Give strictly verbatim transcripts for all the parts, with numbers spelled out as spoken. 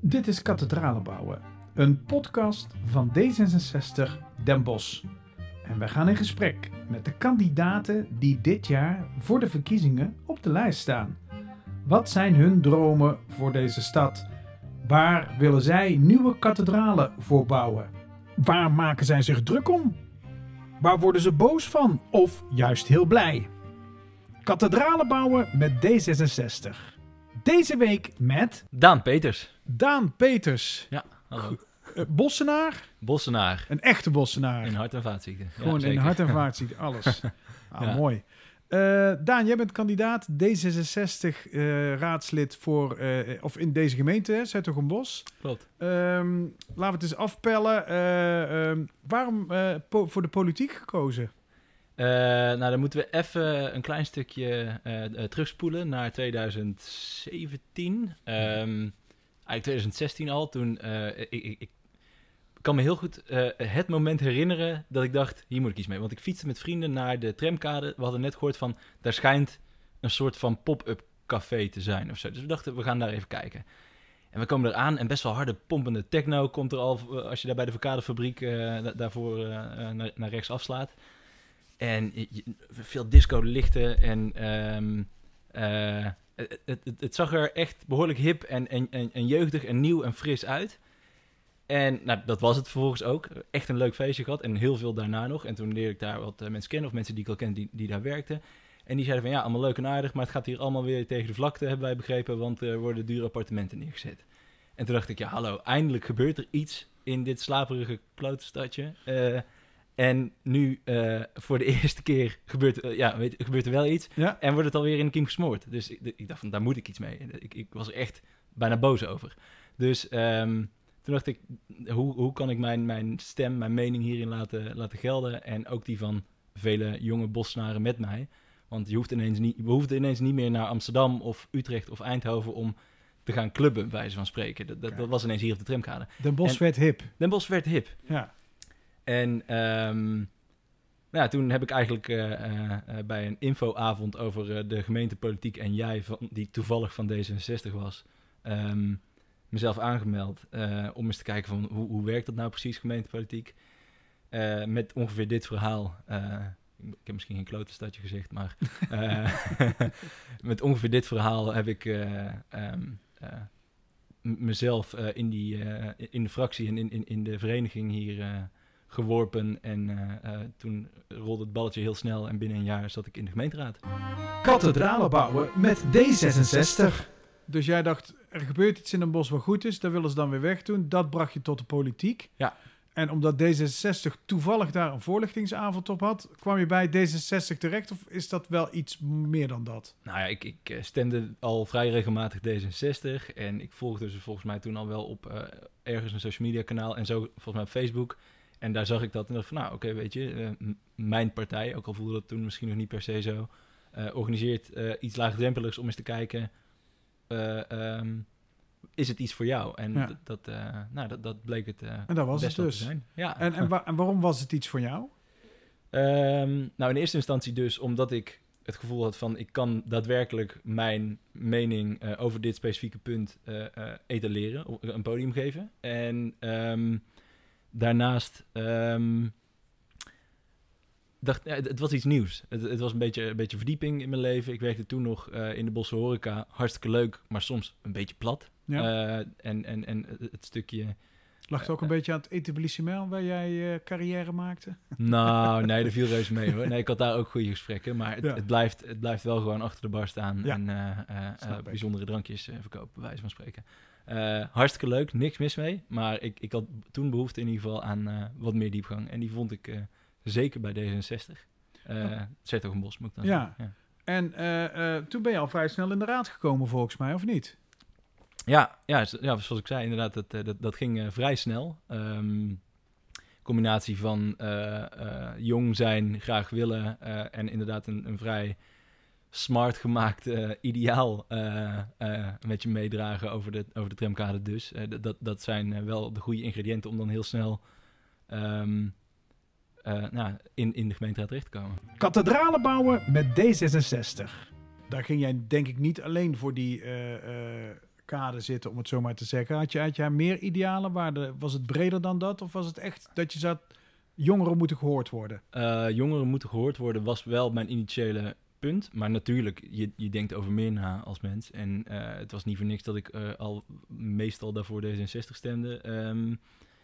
Dit is Kathedralen bouwen, een podcast van D zesenzestig Den Bosch. En wij gaan in gesprek met de kandidaten die dit jaar voor de verkiezingen op de lijst staan. Wat zijn hun dromen voor deze stad? Waar willen zij nieuwe kathedralen voor bouwen? Waar maken zij zich druk om? Waar worden ze boos van of juist heel blij? Kathedralen bouwen met D zesenzestig. Deze week met Daan Peters. Daan Peters. Ja, hallo. Uh, Bossenaar. Bossenaar. Een echte Bossenaar. In hart- en vaatziekten. Gewoon ja, in hart- en vaatziekten, alles. Ah, Ja. Mooi. Uh, Daan, jij bent kandidaat D zesenzestig uh, raadslid voor, uh, of in deze gemeente, Zertogenbosch. Klopt. Um, laten we het eens afpellen. Uh, um, waarom uh, po- voor de politiek gekozen? Uh, nou, dan moeten we even een klein stukje uh, uh, terugspoelen naar twintig zeventien. Um, eigenlijk twintig zestien al. Toen, uh, ik, ik, ik kan me heel goed uh, het moment herinneren dat ik dacht, hier moet ik iets mee. Want ik fietste met vrienden naar de tramkade. We hadden net gehoord van, daar schijnt een soort van pop-up café te zijn of zo. Dus we dachten, we gaan daar even kijken. En we komen eraan en best wel harde pompende techno komt er al, uh, als je daar bij de Verkadefabriek uh, da- daarvoor uh, uh, naar, naar rechts afslaat. En je, veel disco-lichten en um, uh, het, het, het zag er echt behoorlijk hip en, en, en, en jeugdig en nieuw en fris uit. En nou, dat was het vervolgens ook. Echt een leuk feestje gehad en heel veel daarna nog. En toen leerde ik daar wat uh, mensen kennen of mensen die ik al ken die, die daar werkten. En die zeiden van ja, allemaal leuk en aardig, maar het gaat hier allemaal weer tegen de vlakte, hebben wij begrepen, want er worden dure appartementen neergezet. En toen dacht ik, ja hallo, eindelijk gebeurt er iets in dit slaperige klootstadje. Uh, En nu, uh, voor de eerste keer, gebeurt, uh, ja, weet, gebeurt er wel iets. Ja. En wordt het alweer in de kiem gesmoord. Dus ik, ik dacht van, daar moet ik iets mee. Ik, ik was er echt bijna boos over. Dus um, toen dacht ik, hoe, hoe kan ik mijn, mijn stem, mijn mening hierin laten, laten gelden? En ook die van vele jonge Bossenaren met mij. Want je hoeft ineens niet, we hoefden ineens niet meer naar Amsterdam of Utrecht of Eindhoven om te gaan clubben, bij wijze van spreken. Dat, dat, dat was ineens hier op de tramkade. Den Bosch en, werd hip. Den Bosch werd hip. Ja. En um, nou ja, toen heb ik eigenlijk uh, uh, bij een infoavond over uh, de gemeentepolitiek en jij, van, die toevallig van D zesenzestig was, um, mezelf aangemeld uh, om eens te kijken van hoe, hoe werkt dat nou precies, gemeentepolitiek. Uh, met ongeveer dit verhaal. Uh, ik heb misschien geen klote stadje gezegd, maar uh, met ongeveer dit verhaal heb ik uh, um, uh, m- mezelf uh, in, die, uh, in de fractie en in, in, in de vereniging hier Uh, geworpen en uh, uh, toen rolde het balletje heel snel en binnen een jaar zat ik in de gemeenteraad. Kathedralen bouwen met D zesenzestig. Dus jij dacht, er gebeurt iets in Den Bosch wat goed is, dat willen ze dan weer wegdoen. Dat bracht je tot de politiek. Ja. En omdat D zesenzestig toevallig daar een voorlichtingsavond op had, kwam je bij D zesenzestig terecht of is dat wel iets meer dan dat? Nou ja, ik, ik stemde al vrij regelmatig D zesenzestig en ik volgde ze volgens mij toen al wel op uh, ergens een social media kanaal en zo volgens mij op Facebook. En daar zag ik dat en dacht van, nou, oké, okay, weet je, uh, m- mijn partij, ook al voelde dat toen misschien nog niet per se zo, uh, organiseert uh, iets laagdrempeligs om eens te kijken, uh, um, is het iets voor jou? En ja. d- dat, uh, nou, dat, dat bleek het uh, en dat was best het wel dus. te zijn. Ja. En, en, wa- en waarom was het iets voor jou? Um, nou, in eerste instantie dus omdat ik het gevoel had van, ik kan daadwerkelijk mijn mening uh, over dit specifieke punt uh, uh, etaleren, een podium geven. En Um, Daarnaast um, dacht, ja, het, het was iets nieuws. Het, het was een beetje, een beetje verdieping in mijn leven. Ik werkte toen nog uh, in de Bosse horeca. Hartstikke leuk, maar soms een beetje plat. Ja. Uh, en, en, en het stukje... Lag het ook een uh, beetje aan het etablissement waar jij uh, carrière maakte? Nou, nee, dat viel reuze mee hoor. Nee, ik had daar ook goede gesprekken. Maar het, ja. het, blijft, het blijft wel gewoon achter de bar staan. Ja. En uh, uh, uh, bijzondere drankjes uh, verkopen, bij wijze van spreken. Uh, hartstikke leuk, niks mis mee. Maar ik, ik had toen behoefte in ieder geval aan uh, wat meer diepgang. En die vond ik uh, zeker bij D zesenzestig. Uh, Zertogenbosch moet ik dan ja. zeggen. Ja. En uh, uh, toen ben je al vrij snel in de raad gekomen volgens mij, of niet? Ja, ja, ja zoals ik zei, inderdaad, dat, dat, dat ging uh, vrij snel. Um, combinatie van uh, uh, jong zijn, graag willen uh, en inderdaad een, een vrij smart gemaakt uh, ideaal uh, uh, met je meedragen over de, over de tramkade dus. Uh, dat, dat zijn uh, wel de goede ingrediënten om dan heel snel um, uh, nou, in, in de gemeenteraad terecht te komen. Kathedralen bouwen met D zesenzestig. Daar ging jij denk ik niet alleen voor die uh, uh, kade zitten, om het zo maar te zeggen. Had je, had jij meer idealen? Waar de, was het breder dan dat? Of was het echt dat je zat, jongeren moeten gehoord worden? Uh, jongeren moeten gehoord worden was wel mijn initiële punt. Maar natuurlijk, je, je denkt over meer na als mens. En uh, het was niet voor niks dat ik uh, al meestal daarvoor D zesenzestig stemde. Um,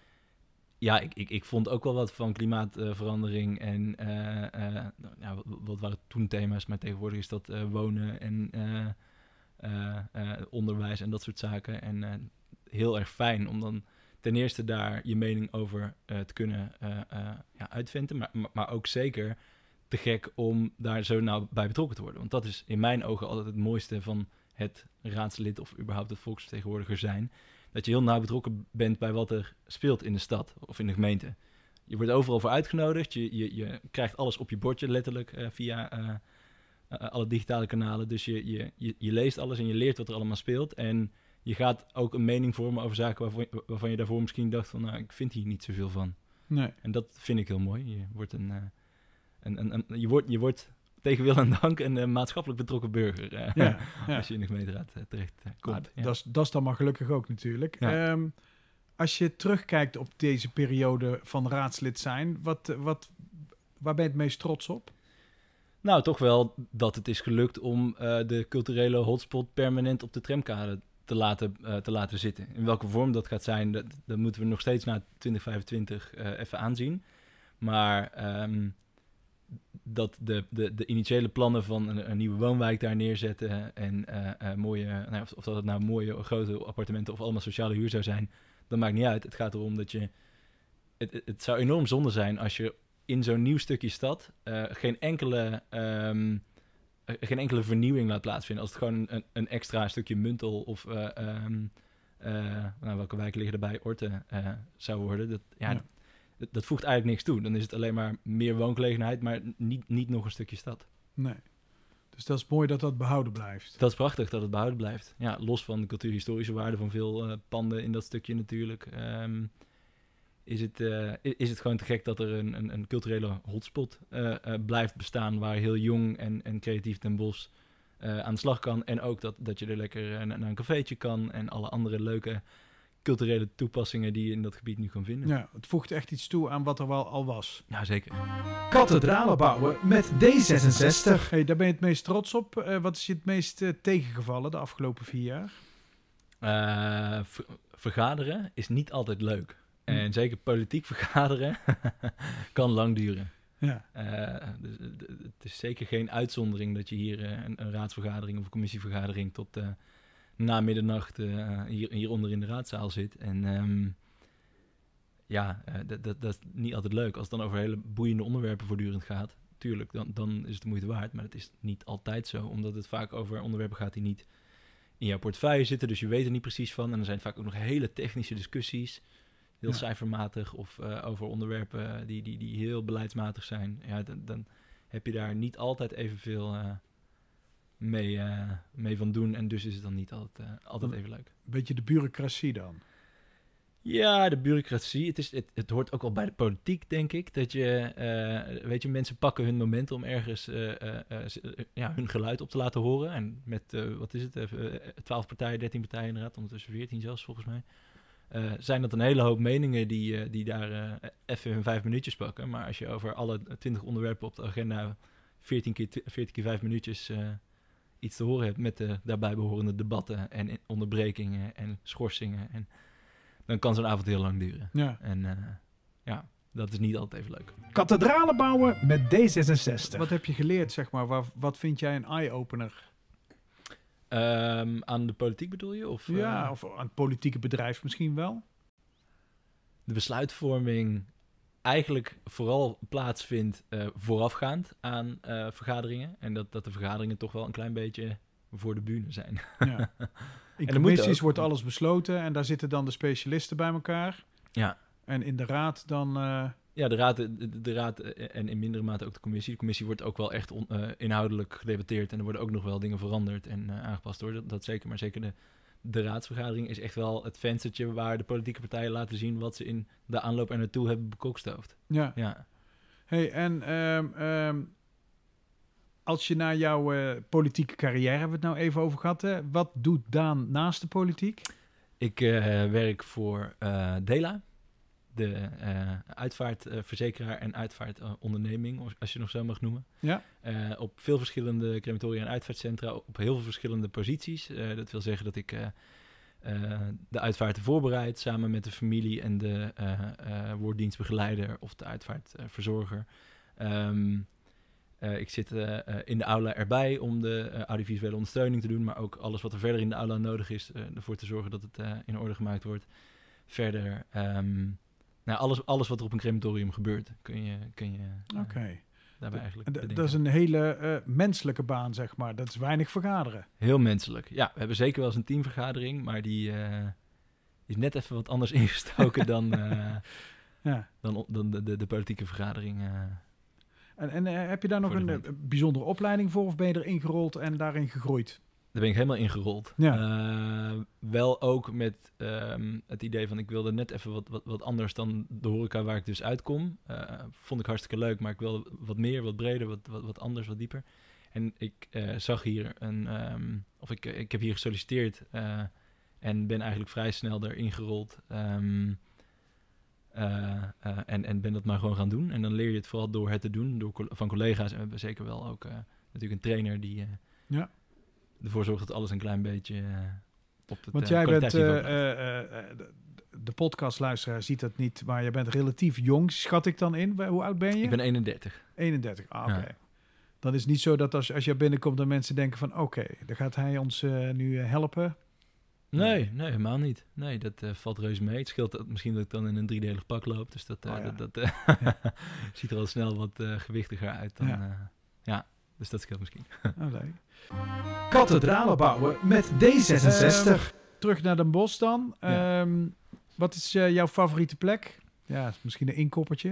ja, ik, ik, ik vond ook wel wat van klimaatverandering. Uh, en uh, uh, ja, wat waren toen thema's? Maar tegenwoordig is dat uh, wonen en uh, uh, uh, onderwijs en dat soort zaken. En uh, heel erg fijn om dan ten eerste daar je mening over uh, te kunnen uh, uh, ja, uitvinden. Maar, maar, maar ook zeker te gek om daar zo nauw bij betrokken te worden. Want dat is in mijn ogen altijd het mooiste van het raadslid of überhaupt het volksvertegenwoordiger zijn. Dat je heel nauw betrokken bent bij wat er speelt in de stad of in de gemeente. Je wordt overal voor uitgenodigd. Je, je, je krijgt alles op je bordje letterlijk uh, via uh, uh, alle digitale kanalen. Dus je, je, je, je leest alles en je leert wat er allemaal speelt. En je gaat ook een mening vormen over zaken waarvan, waarvan je daarvoor misschien dacht van, nou, ik vind hier niet zoveel van. Nee. En dat vind ik heel mooi. Je wordt een, uh, een, een, een je wordt, je wordt tegen wil en dank een uh, maatschappelijk betrokken burger. Uh, ja, ja. Als je in de gemeenteraad uh, terecht uh, komt. Ja. Dat is dan maar gelukkig ook natuurlijk. Ja. Um, als je terugkijkt op deze periode van raadslid zijn, wat, wat, waar ben je het meest trots op? Nou, toch wel dat het is gelukt om uh, de culturele hotspot permanent op de tramkade te laten, uh, te laten zitten. In welke vorm dat gaat zijn, dat, dat moeten we nog steeds na twintig vijfentwintig uh, even aanzien. Maar um, dat de, de, de initiële plannen van een, een nieuwe woonwijk daar neerzetten en uh, uh, mooie, nou, of, of dat het nou mooie grote appartementen of allemaal sociale huur zou zijn, dat maakt niet uit. Het gaat erom dat je... Het, het, het zou enorm zonde zijn als je in zo'n nieuw stukje stad uh, geen enkele... Um, geen enkele vernieuwing laat plaatsvinden. Als het gewoon een, een extra stukje Muntel of uh, um, uh, nou, welke wijken liggen erbij, Orten uh, zou worden. Dat, ja, ja. dat, dat voegt eigenlijk niks toe. Dan is het alleen maar meer wooncelegenheid, maar niet, niet nog een stukje stad. Nee. Dus dat is mooi dat dat behouden blijft. Dat is prachtig dat het behouden blijft. Ja, los van de cultuurhistorische waarde van veel uh, panden in dat stukje natuurlijk. Um, is het, uh, is het gewoon te gek dat er een, een, een culturele hotspot uh, uh, blijft bestaan waar heel jong en, en creatief Den Bosch uh, aan de slag kan. En ook dat, dat je er lekker uh, naar een cafeetje kan en alle andere leuke culturele toepassingen die je in dat gebied nu kan vinden. Ja, het voegt echt iets toe aan wat er wel al was. Ja, zeker. Kathedralen bouwen met D zesenzestig. Hey, daar ben je het meest trots op. Uh, wat is je het meest uh, tegengevallen de afgelopen vier jaar? Uh, ver- vergaderen is niet altijd leuk. En zeker politiek vergaderen kan lang duren. Ja. Uh, dus, d- het is zeker geen uitzondering dat je hier uh, een, een raadsvergadering of een commissievergadering tot uh, na middernacht uh, hier, hieronder in de raadzaal zit. En um, ja, uh, dat, dat, dat is niet altijd leuk. Als het dan over hele boeiende onderwerpen voortdurend gaat, tuurlijk, dan, dan is het de moeite waard. Maar het is niet altijd zo, omdat het vaak over onderwerpen gaat die niet in jouw portefeuille zitten. Dus je weet er niet precies van. En dan zijn het vaak ook nog hele technische discussies. Heel ja. cijfermatig of uh, over onderwerpen die, die, die heel beleidsmatig zijn. Ja, dan, dan heb je daar niet altijd evenveel uh, mee, uh, mee van doen. En dus is het dan niet altijd, uh, altijd even leuk. Een beetje de bureaucratie dan. Ja, de bureaucratie. Het, is, het, het hoort ook wel bij de politiek, denk ik. Dat je, uh, weet je, mensen pakken hun moment om ergens uh, uh, uh, ja, hun geluid op te laten horen. En met, uh, wat is het, twaalf uh, partijen, dertien partijen inderdaad, ondertussen veertien zelfs volgens mij. Uh, zijn dat een hele hoop meningen die, uh, die daar uh, even hun vijf minuutjes pakken. Maar als je over alle twintig onderwerpen op de agenda veertien keer vijf minuutjes uh, iets te horen hebt met de daarbij behorende debatten en onderbrekingen en schorsingen, en, dan kan zo'n avond heel lang duren. Ja. En uh, ja, dat is niet altijd even leuk. Kathedralen bouwen met D zesenzestig. Wat heb je geleerd, zeg maar? Wat, wat vind jij een eye-opener? Um, aan de politiek bedoel je? Of, ja, uh, of aan het politieke bedrijf misschien wel. De besluitvorming eigenlijk vooral plaatsvindt uh, voorafgaand aan uh, vergaderingen. En dat, dat de vergaderingen toch wel een klein beetje voor de bühne zijn. Ja. In commissies wordt alles besloten en daar zitten dan de specialisten bij elkaar. Ja. En in de raad dan... Uh... Ja, de raad, de, de raad en in mindere mate ook de commissie. De commissie wordt ook wel echt on, uh, inhoudelijk gedebatteerd. En er worden ook nog wel dingen veranderd en uh, aangepast hoor. Dat, dat zeker. Maar zeker de, de raadsvergadering is echt wel het venstertje waar de politieke partijen laten zien wat ze in de aanloop er naartoe hebben bekokstoofd. Ja. Ja. Hey, en um, um, als je naar jouw uh, politieke carrière, hebben we het nou even over gehad. Hè? Wat doet Daan naast de politiek? Ik uh, werk voor uh, Dela, de uh, uitvaartverzekeraar en uitvaartonderneming, als je nog zo mag noemen. Ja. Uh, op veel verschillende crematoria en uitvaartcentra, op heel veel verschillende posities. Uh, dat wil zeggen dat ik uh, uh, de uitvaarten voorbereid samen met de familie en de uh, uh, woorddienstbegeleider of de uitvaartverzorger. Um, uh, ik zit uh, uh, in de aula erbij om de uh, audiovisuele ondersteuning te doen, maar ook alles wat er verder in de aula nodig is, uh, ervoor te zorgen dat het uh, in orde gemaakt wordt. Verder, um, nou, alles, alles wat er op een crematorium gebeurt, kun je, kun je uh, okay. daarbij eigenlijk D- bedenken. Dat is een hele uh, menselijke baan, zeg maar. Dat is weinig vergaderen. Heel menselijk. Ja, we hebben zeker wel eens een teamvergadering, maar die uh, is net even wat anders ingestoken dan, uh, ja. dan, dan de, de, de politieke vergadering. Uh, en en uh, heb je daar nog een uh, bijzondere opleiding voor of ben je erin gerold en daarin gegroeid? Daar ben ik helemaal ingerold. Ja. Uh, wel ook met um, het idee van ik wilde net even wat, wat, wat anders dan de horeca waar ik dus uitkom. Uh, vond ik hartstikke leuk, maar ik wilde wat meer, wat breder, wat, wat, wat anders, wat dieper. En ik uh, zag hier een, um, of ik, ik heb hier gesolliciteerd uh, en ben eigenlijk vrij snel erin gerold. Um, uh, uh, en, en ben dat maar gewoon gaan doen. En dan leer je het vooral door het te doen, door, van collega's. En we hebben zeker wel ook uh, natuurlijk een trainer die... Uh, ja. ervoor zorgt dat alles een klein beetje uh, op het Want uh, jij bent, uh, uh, uh, de, de podcastluisteraar ziet dat niet, maar je bent relatief jong, schat ik dan in. Hoe oud ben je? Ik ben eenendertig. eenendertig, ah, oké. Okay. Ja. Dan is het niet zo dat als, als je binnenkomt, dan mensen denken van, oké, okay, dan gaat hij ons uh, nu uh, helpen. Nee, nee, helemaal niet. Nee, dat uh, valt reuze mee. Het scheelt dat, misschien dat ik dan in een driedelig pak loop, dus dat, uh, oh, ja. dat, dat uh, ja. ziet er al snel wat uh, gewichtiger uit dan... Ja. Uh, ja. Dus dat scheelt misschien. Oh, nee. Kathedralen bouwen met D zesenzestig. Uh, terug naar Den Bosch dan. Ja. Um, wat is uh, jouw favoriete plek? Ja, misschien een inkoppertje.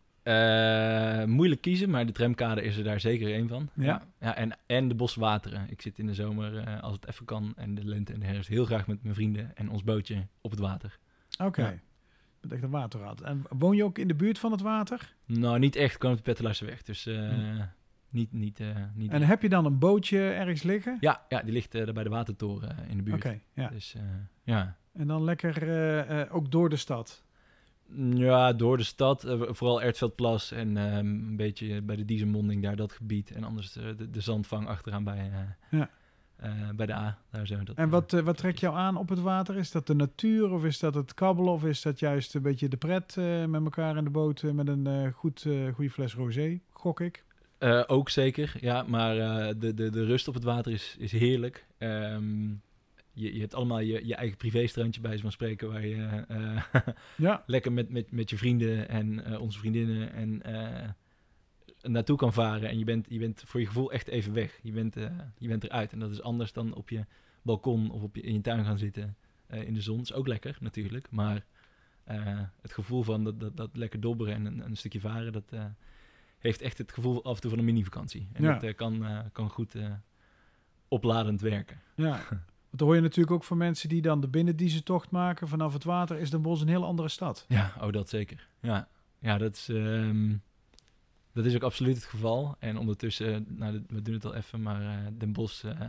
Uh, moeilijk kiezen, maar de tramkade is er daar zeker één van. Ja. ja. ja en, en de boswateren. Ik zit in de zomer, uh, als het even kan, en de lente en de herfst heel graag met mijn vrienden en ons bootje op het water. Oké. Okay. Ja. Dat echt een waterraad. En woon je ook in de buurt van het water? Nou, niet echt. Ik woon op de Petteluisterweg. Dus... Uh, hmm. Niet, niet, uh, niet en heb je dan een bootje ergens liggen? Ja, ja die ligt uh, bij de watertoren uh, in de buurt. Oké, okay, ja. Dus, uh, ja. En dan lekker uh, uh, ook door de stad? Ja, door de stad. Uh, vooral Ertveldplas en uh, een beetje bij de Diezenmonding daar, dat gebied. En anders uh, de, de zandvang achteraan bij, uh, ja. uh, bij de A. Daar zo, dat, en wat, uh, wat trekt jou aan op het water? Is dat de natuur of is dat het kabbelen? Of is dat juist een beetje de pret uh, met elkaar in de boot uh, met een uh, goed, uh, goede fles rosé, gok ik? Uh, ook zeker, ja, maar uh, de, de, de rust op het water is, is heerlijk. Um, je, je hebt allemaal je, je eigen privéstrandje bij, van spreken, waar je uh, ja. lekker met, met, met je vrienden en uh, onze vriendinnen en, uh, naartoe kan varen. En je bent, je bent voor je gevoel echt even weg. Je bent, uh, je bent eruit. En dat is anders dan op je balkon of op je, in je tuin gaan zitten uh, in de zon. Dat is ook lekker, natuurlijk. Maar uh, het gevoel van dat, dat, dat lekker dobberen en een, een stukje varen, dat... Uh, heeft echt het gevoel af en toe van een mini-vakantie. En ja. dat uh, kan, uh, kan goed uh, opladend werken. Ja, want dan hoor je natuurlijk ook van mensen die dan de binnendiezentocht maken vanaf het water. Is Den Bosch een heel andere stad? Ja, oh dat zeker. Ja, ja dat, is, um, dat is ook absoluut het geval. En ondertussen, nou, we doen het al even, maar uh, Den Bosch uh,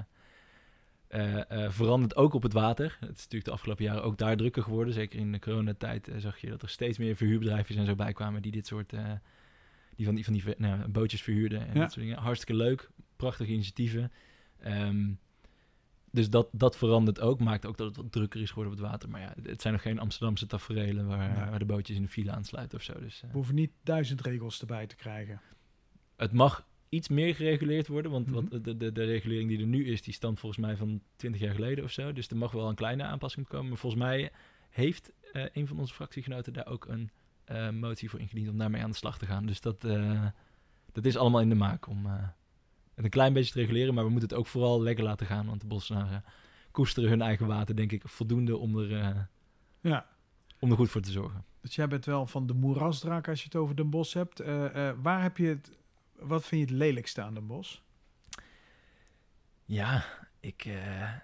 uh, uh, verandert ook op het water. Het is natuurlijk de afgelopen jaren ook daar drukker geworden. Zeker in de coronatijd uh, zag je dat er steeds meer verhuurbedrijven en zo bij kwamen die dit soort... Uh, Die van die, van die nou, bootjes verhuurden en ja. dat soort dingen. Hartstikke leuk. Prachtige initiatieven. Um, dus dat, dat verandert ook. Maakt ook dat het wat drukker is geworden op het water. Maar ja, het zijn nog geen Amsterdamse taferelen waar, nee. waar de bootjes in de file aansluiten of zo. Dus, uh, we hoeven niet duizend regels erbij te krijgen. Het mag iets meer gereguleerd worden. Want mm-hmm. wat, de, de, de regulering die er nu is, die stamt volgens mij van twintig jaar geleden of zo. Dus er mag wel een kleine aanpassing komen. Maar volgens mij heeft uh, een van onze fractiegenoten daar ook een... Uh, motie voor ingediend om daarmee aan de slag te gaan. Dus dat, uh, dat is allemaal in de maak om uh, het een klein beetje te reguleren, maar we moeten het ook vooral lekker laten gaan, want de Bossenaren koesteren hun eigen water, denk ik, voldoende om er, uh, ja. om er goed voor te zorgen. Dus jij bent wel van de moerasdraak als je het over Den Bosch hebt. Uh, uh, waar heb je het, wat vind je het lelijkste aan Den Bosch? Ja, ik... Uh,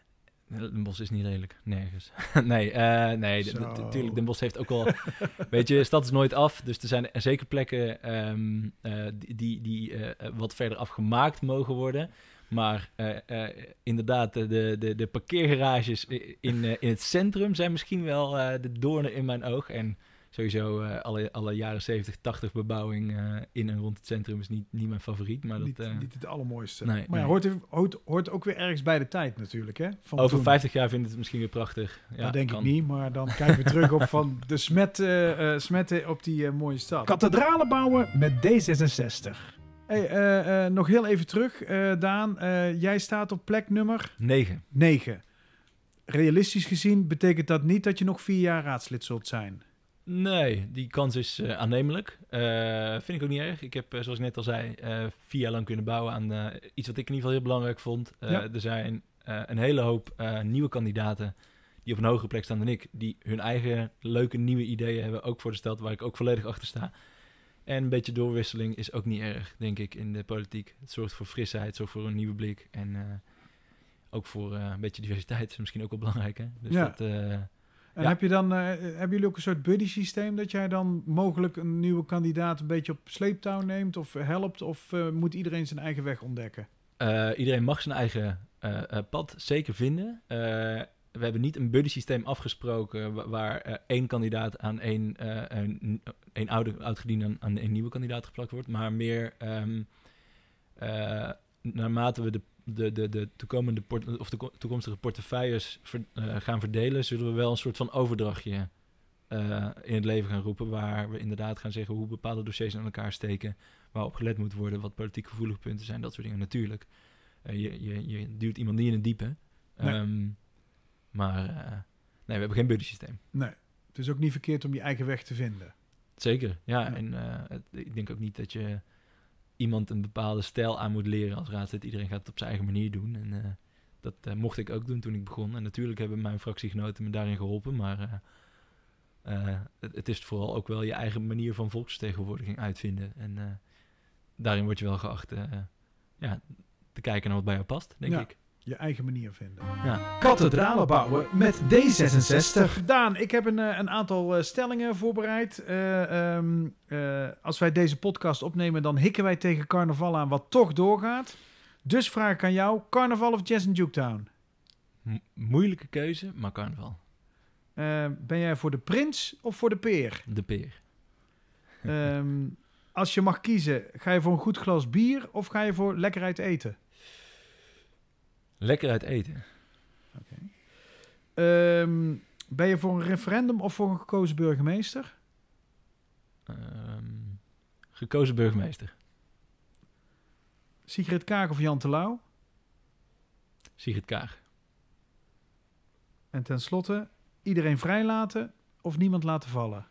Den Bosch is niet lelijk, nergens. nee, uh, nee d- d- natuurlijk, Den Bosch heeft ook wel... weet je, stad is nooit af, dus er zijn zeker plekken um, uh, die, die, die uh, wat verder afgemaakt mogen worden. Maar uh, uh, inderdaad, de, de, de parkeergarages in, uh, in het centrum zijn misschien wel uh, de doornen in mijn oog. En sowieso uh, alle, alle jaren zeventig, tachtig bebouwing uh, in en rond het centrum is niet, niet mijn favoriet. Maar niet, dat, uh, niet het allermooiste. Nee, maar ja, nee. hoort, hoort, hoort ook weer ergens bij de tijd natuurlijk. Hè? Van Over toen. vijftig jaar vind ik het misschien weer prachtig. Ja, dat denk kan. ik niet, maar dan kijken we terug op van de smet, uh, uh, smetten op die uh, mooie stad. Kathedralen bouwen met D zesenzestig. Hey, uh, uh, nog heel even terug, uh, Daan. Uh, jij staat op plek nummer... negen. negen. Realistisch gezien betekent dat niet dat je nog vier jaar raadslid zult zijn. Nee, die kans is uh, aannemelijk. Uh, vind ik ook niet erg. Ik heb, uh, zoals ik net al zei, uh, vier jaar lang kunnen bouwen aan uh, iets wat ik in ieder geval heel belangrijk vond. Uh, ja. Er zijn uh, een hele hoop uh, nieuwe kandidaten die op een hogere plek staan dan ik, die hun eigen leuke nieuwe ideeën hebben, ook voor de stad, waar ik ook volledig achter sta. En een beetje doorwisseling is ook niet erg, denk ik, in de politiek. Het zorgt voor frisheid, het zorgt voor een nieuwe blik. En uh, ook voor uh, een beetje diversiteit is misschien ook wel belangrijk. Hè? Dus ja. dat, uh, en ja. heb je dan, uh, hebben jullie ook een soort buddy systeem dat jij dan mogelijk een nieuwe kandidaat een beetje op sleeptouw neemt of helpt? Of uh, moet iedereen zijn eigen weg ontdekken? Uh, iedereen mag zijn eigen uh, uh, pad zeker vinden. Uh, We hebben niet een buddy systeem afgesproken waar, waar uh, één kandidaat aan één, uh, een, een oude oud-gediende aan, aan een nieuwe kandidaat geplakt wordt, maar meer um, uh, naarmate we de, de, de, de, toekomende port- of de toekomstige portefeuilles ver, uh, gaan verdelen, zullen we wel een soort van overdrachtje uh, in het leven gaan roepen, waar we inderdaad gaan zeggen hoe bepaalde dossiers aan elkaar steken, waarop gelet moet worden, wat politiek gevoelige punten zijn, dat soort dingen natuurlijk. Uh, je, je, je duwt iemand niet in het diepe. Nee. Um, Maar uh, nee, we hebben geen buddy systeem. Nee, het is ook niet verkeerd om je eigen weg te vinden. Zeker, ja. ja. En uh, het, ik denk ook niet dat je iemand een bepaalde stijl aan moet leren als raadslid. Iedereen gaat het op zijn eigen manier doen. En uh, dat uh, mocht ik ook doen toen ik begon. En natuurlijk hebben mijn fractiegenoten me daarin geholpen. Maar uh, uh, het, het is vooral ook wel je eigen manier van volksvertegenwoordiging uitvinden. En uh, daarin word je wel geacht uh, ja, te kijken naar wat bij jou past, denk ja. ik. Je eigen manier vinden. Ja. Kathedralen bouwen met D zesenzestig. Daan, ik heb een, een aantal uh, stellingen voorbereid. Uh, um, uh, als wij deze podcast opnemen, dan hikken wij tegen carnaval aan wat toch doorgaat. Dus vraag ik aan jou, carnaval of Jazz in Juketown? Mo- moeilijke keuze, maar carnaval. Uh, ben jij voor de prins of voor de peer? De peer. um, als je mag kiezen, ga je voor een goed glas bier of ga je voor lekker uit eten? Lekker uit eten. Okay. Um, ben je voor een referendum of voor een gekozen burgemeester? Um, gekozen burgemeester. Sigrid Kaag of Jan Terlouw? Sigrid Kaag. En tenslotte, iedereen vrijlaten of niemand laten vallen?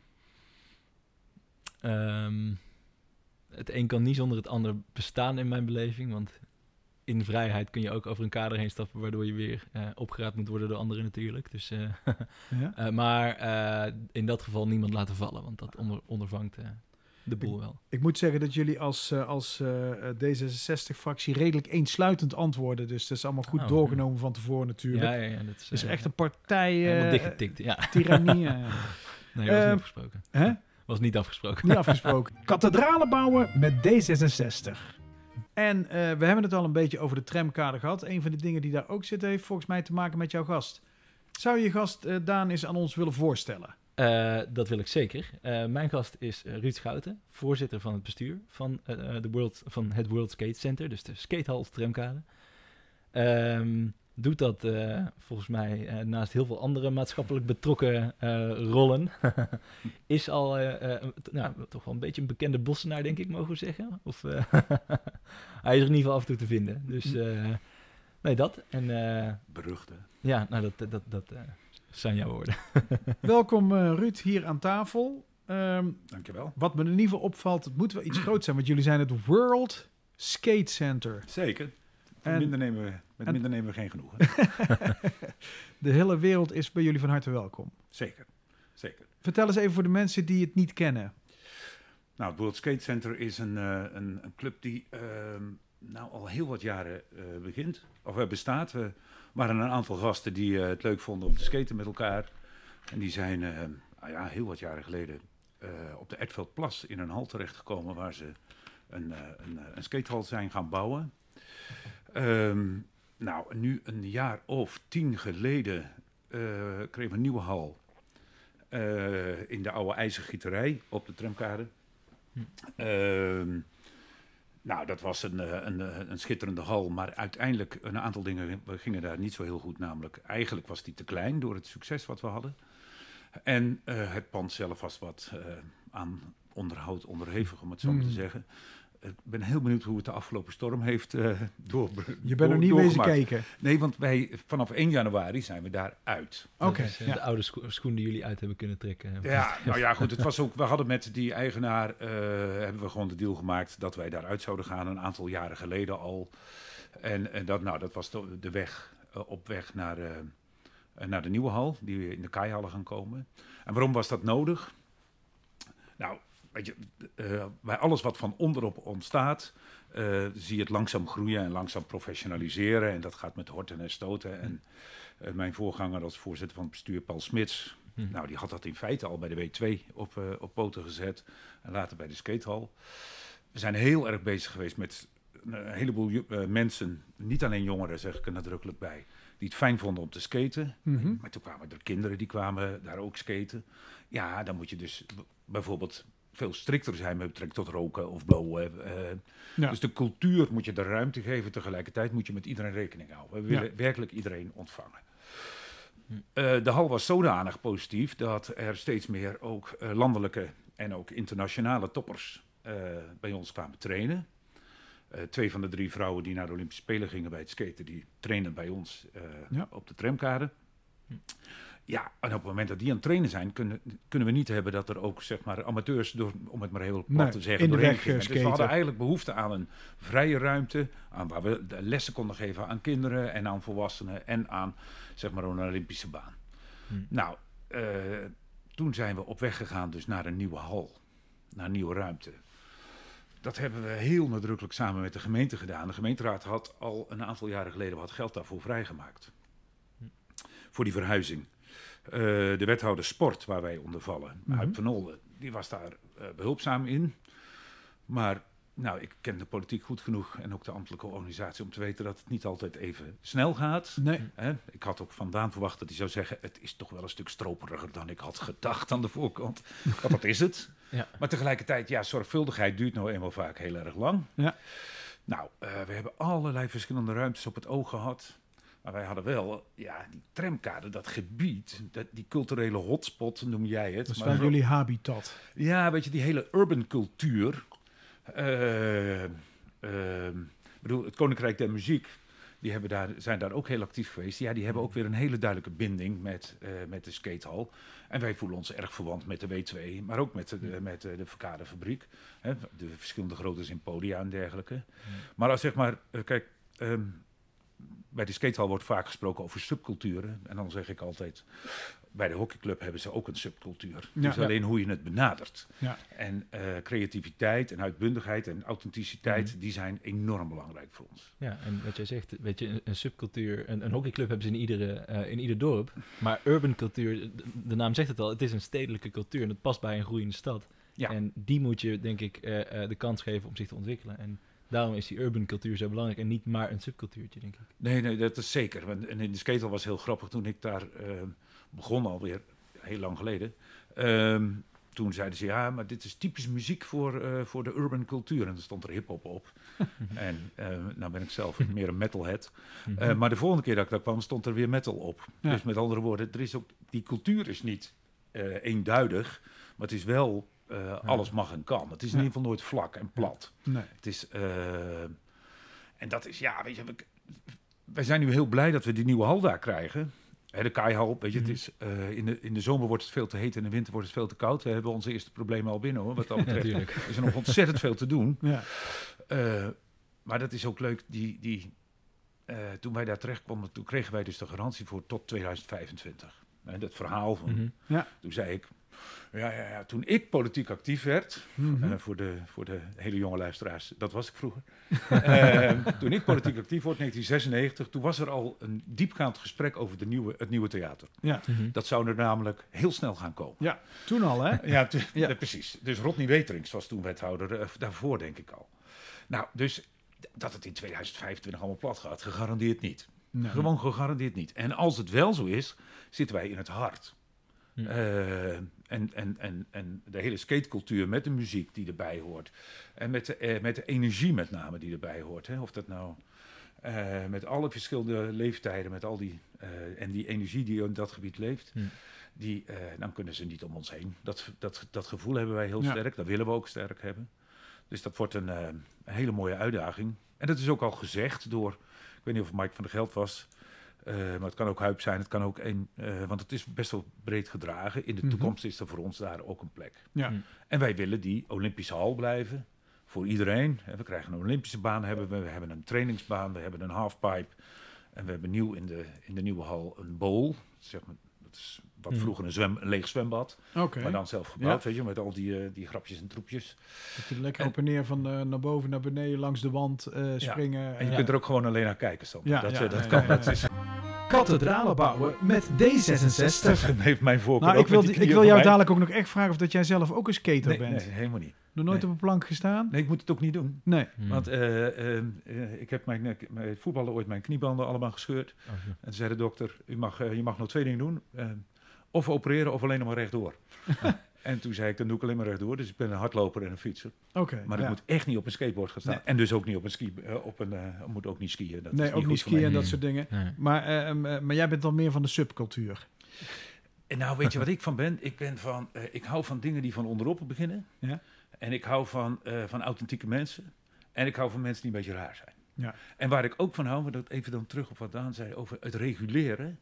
Um, het een kan niet zonder het ander bestaan in mijn beleving, want in vrijheid kun je ook over een kader heen stappen, waardoor je weer uh, opgeraapt moet worden door anderen natuurlijk. Dus, uh, ja? uh, maar uh, in dat geval niemand laten vallen, want dat onder, ondervangt uh, de boel ik, wel. Ik moet zeggen dat jullie als, uh, als uh, D zesenzestig-fractie redelijk eensluitend antwoorden. Dus dat is allemaal goed oh, doorgenomen ja. van tevoren natuurlijk. Ja, ja, ja, dat is, is uh, echt een partij... Uh, helemaal dichtgetikt, ja. Tirannie. Uh. Nee, dat was uh, niet afgesproken. Hè? Was niet afgesproken. Niet afgesproken. Kathedralen bouwen met D zesenzestig. En uh, we hebben het al een beetje over de tramkader gehad. Een van de dingen die daar ook zit, heeft volgens mij te maken met jouw gast. Zou je gast uh, Daan eens aan ons willen voorstellen? Uh, dat wil ik zeker. Uh, mijn gast is uh, Ruud Schouten, voorzitter van het bestuur van, uh, de World, van het World Skate Center, dus de skatehal tramkade. Um, doet dat uh, volgens mij uh, naast heel veel andere maatschappelijk betrokken uh, rollen. Is al uh, uh, nou, toch wel een beetje een bekende bossenaar, denk ik, mogen we zeggen. Of, uh, hij is er in ieder geval af en toe te vinden. Dus uh, nee, dat. En, uh, Beruchte. Ja, nou, dat, dat, dat uh, zijn jouw woorden. Welkom uh, Ruud hier aan tafel. Um, Dankjewel. Wat me in ieder geval opvalt, het moet wel iets groots zijn, want jullie zijn het World Skate Center. Zeker. En, minder nemen we, met en, minder nemen we geen genoegen. De hele wereld is bij jullie van harte welkom. Zeker, zeker. Vertel eens even voor de mensen die het niet kennen. Nou, het World Skate Center is een, uh, een, een club die uh, nou al heel wat jaren uh, begint, of uh, bestaat. We waren een aantal gasten die uh, het leuk vonden om te skaten met elkaar. En die zijn uh, nou ja, heel wat jaren geleden uh, op de Ertveldplas in een hal terechtgekomen waar ze een, uh, een, een skatehal zijn gaan bouwen. Um, nou, nu een jaar of tien geleden uh, kregen we een nieuwe hal uh, in de oude ijzergieterij op de tramkade. Hm. Um, nou, dat was een, een, een schitterende hal, maar uiteindelijk een aantal dingen gingen daar niet zo heel goed. Namelijk, eigenlijk was die te klein door het succes wat we hadden. En uh, het pand zelf was wat uh, aan onderhoud onderhevig, om het zo mm. te zeggen. Ik ben heel benieuwd hoe het de afgelopen storm heeft uh, door, Je bent er niet wezen kijken? Nee, want wij vanaf één januari zijn we daar uit. Oké. Okay, dus, uh, ja. De oude scho- schoen die jullie uit hebben kunnen trekken. Ja, nou ja, goed. Het was ook, we hadden met die eigenaar uh, hebben we gewoon de deal gemaakt dat wij daaruit zouden gaan een aantal jaren geleden al. En, en dat, nou, dat was de, de weg uh, op weg naar, uh, naar de nieuwe hal, die we in de Kaihallen gaan komen. En waarom was dat nodig? Nou, weet je, uh, bij alles wat van onderop ontstaat, uh, zie je het langzaam groeien en langzaam professionaliseren. En dat gaat met horten en stoten. En uh, mijn voorganger als voorzitter van het bestuur, Paul Smits, hm. nou, die had dat in feite al bij de W twee op, uh, op poten gezet. En later bij de skatehal. We zijn heel erg bezig geweest met een heleboel uh, mensen, niet alleen jongeren, zeg ik er nadrukkelijk bij, die het fijn vonden om te skaten. Mm-hmm. Maar toen kwamen er kinderen, die kwamen daar ook skaten. Ja, dan moet je dus b- bijvoorbeeld veel strikter zijn met betrekking tot roken of blowen. Uh, ja. Dus de cultuur moet je de ruimte geven. Tegelijkertijd moet je met iedereen rekening houden. We willen ja. werkelijk iedereen ontvangen. Uh, de hal was zodanig positief dat er steeds meer ook uh, landelijke en ook internationale toppers uh, bij ons kwamen trainen. Uh, twee van de drie vrouwen die naar de Olympische Spelen gingen bij het skaten, die trainen bij ons uh, ja. op de tramkade. Hm. Ja, en op het moment dat die aan het trainen zijn, kunnen, kunnen we niet hebben dat er ook, zeg maar, amateurs, door, om het maar heel plat nee, te zeggen, in de doorheen weg gingen. skaten. Dus we hadden eigenlijk behoefte aan een vrije ruimte, aan waar we de lessen konden geven aan kinderen en aan volwassenen en aan, zeg maar, een Olympische baan. Hm. Nou, uh, toen zijn we op weg gegaan dus naar een nieuwe hal, naar een nieuwe ruimte. Dat hebben we heel nadrukkelijk samen met de gemeente gedaan. De gemeenteraad had al een aantal jaren geleden wat geld daarvoor vrijgemaakt. Hm. Voor die verhuizing. Uh, de wethouder sport, waar wij onder vallen, mm-hmm. Huip van Olden, die was daar uh, behulpzaam in. Maar nou, ik ken de politiek goed genoeg en ook de ambtelijke organisatie om te weten dat het niet altijd even snel gaat. Nee. Hè? Ik had ook van Daan verwacht dat hij zou zeggen, het is toch wel een stuk stroperiger dan ik had gedacht aan de voorkant. Want dat is het. Ja. Maar tegelijkertijd, ja, zorgvuldigheid duurt nou eenmaal vaak heel erg lang. Ja. Nou, uh, we hebben allerlei verschillende ruimtes op het oog gehad. Maar wij hadden wel, ja, die tramkade, dat gebied, dat, die culturele hotspot noem jij het. Dat is maar wel jullie habitat. Ja, weet je, die hele urban cultuur. Uh, uh, bedoel, het Koninkrijk der Muziek, die hebben daar, zijn daar ook heel actief geweest. Ja, die hebben ook weer een hele duidelijke binding met, uh, met de skatehal. En wij voelen ons erg verwant met de W twee, maar ook met de, de, met de, de Verkadefabriek. Hè, de verschillende grote sympodia en dergelijke. Ja. Maar als zeg maar, uh, kijk... Um, bij de skatehal wordt vaak gesproken over subculturen. En dan zeg ik altijd, bij de hockeyclub hebben ze ook een subcultuur. Ja, dus ja. alleen hoe je het benadert. Ja. En uh, creativiteit en uitbundigheid en authenticiteit, mm-hmm. die zijn enorm belangrijk voor ons. Ja, en wat jij zegt, weet je, een, een subcultuur, een, een hockeyclub hebben ze in, iedere, uh, in ieder dorp. Maar urban cultuur, de, de naam zegt het al, het is een stedelijke cultuur en dat past bij een groeiende stad. Ja. En die moet je, denk ik, uh, uh, de kans geven om zich te ontwikkelen. En daarom is die urban cultuur zo belangrijk en niet maar een subcultuurtje, denk ik. Nee, nee, dat is zeker. En in de skatehal was heel grappig toen ik daar uh, begon alweer, heel lang geleden. Um, toen zeiden ze, ja, maar dit is typisch muziek voor, uh, voor de urban cultuur. En er stond er hiphop op. En uh, nou ben ik zelf meer een metalhead. Uh, maar de volgende keer dat ik daar kwam, stond er weer metal op. Ja. Dus met andere woorden, er is ook, die cultuur is niet uh, eenduidig, maar het is wel... Uh, ja. Alles mag en kan. Het is in ja. ieder geval nooit vlak en plat. Nee. Het is, uh, en dat is, ja, weet je, we, wij zijn nu heel blij dat we die nieuwe hal daar krijgen. Hè, de Kaihal, weet je, mm. het is, uh, in, de, in de zomer wordt het veel te heet en in de winter wordt het veel te koud. We hebben onze eerste problemen al binnen, hoor, wat dat betreft. Ja, er is er nog ontzettend veel te doen. Ja. Uh, maar dat is ook leuk, die, die, uh, toen wij daar terecht kwamen, toen kregen wij dus de garantie voor tot tweeduizend vijfentwintig. En dat verhaal van, mm-hmm. ja. toen zei ik, Ja, ja, ja, toen ik politiek actief werd, Mhm. uh, voor, de, voor de hele jonge luisteraars, dat was ik vroeger. uh, toen ik politiek actief werd, negentien zesennegentig, toen was er al een diepgaand gesprek over de nieuwe, het nieuwe theater. Ja. Mhm. Dat zou er namelijk heel snel gaan komen. Ja, toen al, hè? Ja, tu- Ja. ja, precies. Dus Rodney Weterings was toen wethouder, uh, daarvoor denk ik al. Nou, dus d- dat het in tweeduizend vijfentwintig allemaal plat gaat, gegarandeerd niet. Nee. Gewoon gegarandeerd niet. En als het wel zo is, zitten wij in het hart. Hm. Uh, en, en, en, en de hele skatecultuur met de muziek die erbij hoort. En met de, uh, met de energie met name die erbij hoort. Hè. Of dat nou uh, met alle verschillende leeftijden, met al die, uh, en die energie die in dat gebied leeft. Hm. Die, uh, dan kunnen ze niet om ons heen. Dat, dat, dat gevoel hebben wij heel Ja. sterk. Dat willen we ook sterk hebben. Dus dat wordt een, uh, een hele mooie uitdaging. En dat is ook al gezegd door, ik weet niet of het Mike van der Geld was, uh, maar het kan ook Huip zijn, het kan ook een, uh, want het is best wel breed gedragen. In de Mhm. toekomst is er voor ons daar ook een plek. Ja. Hm. En wij willen die Olympische hal blijven, voor iedereen. We krijgen een Olympische baan, hebben we, we hebben een trainingsbaan, we hebben een halfpipe. En we hebben nieuw in de, in de nieuwe hal een bowl, zeg maar. Dat is wat Mhm. vroeger een, zwem, een leeg zwembad, Oké. maar dan zelf gebouwd, Ja. weet je, met al die, uh, die grapjes en troepjes. Dat je lekker En- op en neer van uh, naar boven naar beneden langs de wand uh, springen. En je Ja. kunt er ook gewoon alleen naar kijken, Sam. Ja, dat ja, uh, dat ja, kan. ja, ja, Dat ja. is, Kathedralen bouwen met D zesenzestig. dat heeft mijn voorkeur Nou, ook ik wil, met die ik knieën wil van jou mij. dadelijk ook nog echt vragen of dat jij zelf ook een skater Nee, bent. nee, helemaal niet. Nog nooit nee. op een plank gestaan? Nee, ik moet het ook niet doen. Nee. Hm. Want uh, uh, uh, ik heb mijn, uh, mijn voetballen ooit mijn kniebanden allemaal gescheurd. Oh, ja. En toen zei de dokter, u mag, uh, je mag nog twee dingen doen. Uh, of opereren of alleen nog maar rechtdoor. En toen zei ik, dan doe ik alleen maar rechtdoor. Dus ik ben een hardloper en een fietser. Oké. Maar ja. ik moet echt niet op een skateboard gaan staan. Nee. En dus ook niet op een ski. Uh, op een, uh, moet ook niet skiën. Dat is Nee, niet ook goed niet voor mij. skiën en dat Mm. soort dingen. Nee. Maar, uh, um, uh, maar jij bent dan meer van de subcultuur. En nou, weet je wat ik van ben? Ik ben van, uh, ik hou van dingen die van onderop beginnen. Ja. En ik hou van, uh, van authentieke mensen. En ik hou van mensen die een beetje raar zijn. Ja. En waar ik ook van hou, maar dat even dan terug op wat Daan zei over het reguleren.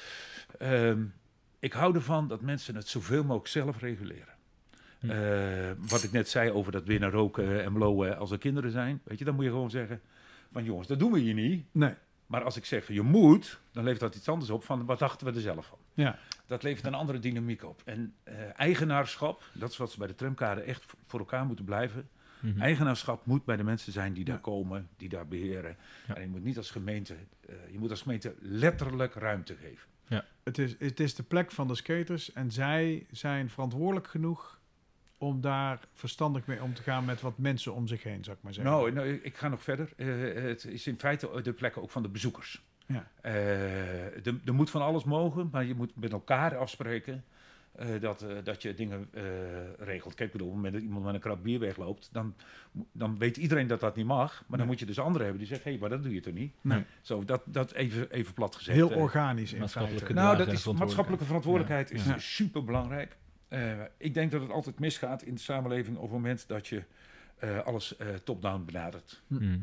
Um, ik hou ervan dat mensen het zoveel mogelijk zelf reguleren. Hm. Uh, wat ik net zei over dat binnen roken en blowen als er kinderen zijn. Weet je, dan moet je gewoon zeggen van jongens, dat doen we hier niet. Nee. Maar als ik zeg je moet, dan levert dat iets anders op van wat dachten we er zelf van. Ja. Dat levert een andere dynamiek op. En uh, eigenaarschap, dat is wat ze bij de tramkade echt voor elkaar moeten blijven. Mhm. Eigenaarschap moet bij de mensen zijn die daar Ja. komen, die daar beheren. Ja. En je moet niet als gemeente, uh, je moet als gemeente letterlijk ruimte geven. Het is, het is de plek van de skaters en zij zijn verantwoordelijk genoeg om daar verstandig mee om te gaan met wat mensen om zich heen, zou ik maar zeggen. Nou, nou, ik ga nog verder. Uh, het is in feite de plek ook van de bezoekers. Ja. Uh, er moet van alles mogen, maar je moet met elkaar afspreken uh, dat, uh, dat je dingen uh, regelt. Kijk, ik bedoel, op het moment dat iemand met een krat bier wegloopt, dan, dan weet iedereen dat dat niet mag. Maar Nee. dan moet je dus anderen hebben die zeggen, hé, hey, maar dat doe je toch niet? Nee. Zo, dat, dat even, even plat gezegd. Heel Uh, organisch in Maatschappelijke feite. Nou, Gedrag dat en is verantwoordelijkheid. maatschappelijke verantwoordelijkheid is Ja. super belangrijk. Uh, ik denk dat het altijd misgaat in de samenleving op het moment dat je uh, alles uh, top-down benadert. Mhm.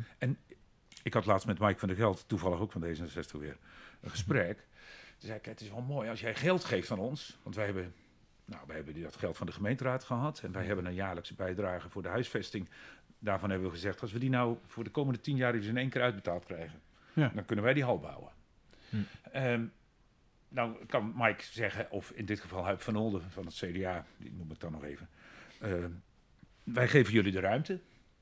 Ik had laatst met Mike van der Geld, toevallig ook van D zesenzestig weer, een gesprek. Toen zei ik, het is wel mooi als jij geld geeft aan ons. Want wij hebben, nou, wij hebben dat geld van de gemeenteraad gehad. En wij hebben een jaarlijkse bijdrage voor de huisvesting. Daarvan hebben we gezegd, als we die nou voor de komende tien jaar eens in één keer uitbetaald krijgen. Ja. Dan kunnen wij die hal bouwen. Hm. Um, nou kan Mike zeggen, of in dit geval Huip van Olden van het C D A, die noem ik dan nog even. Uh, wij geven jullie de ruimte.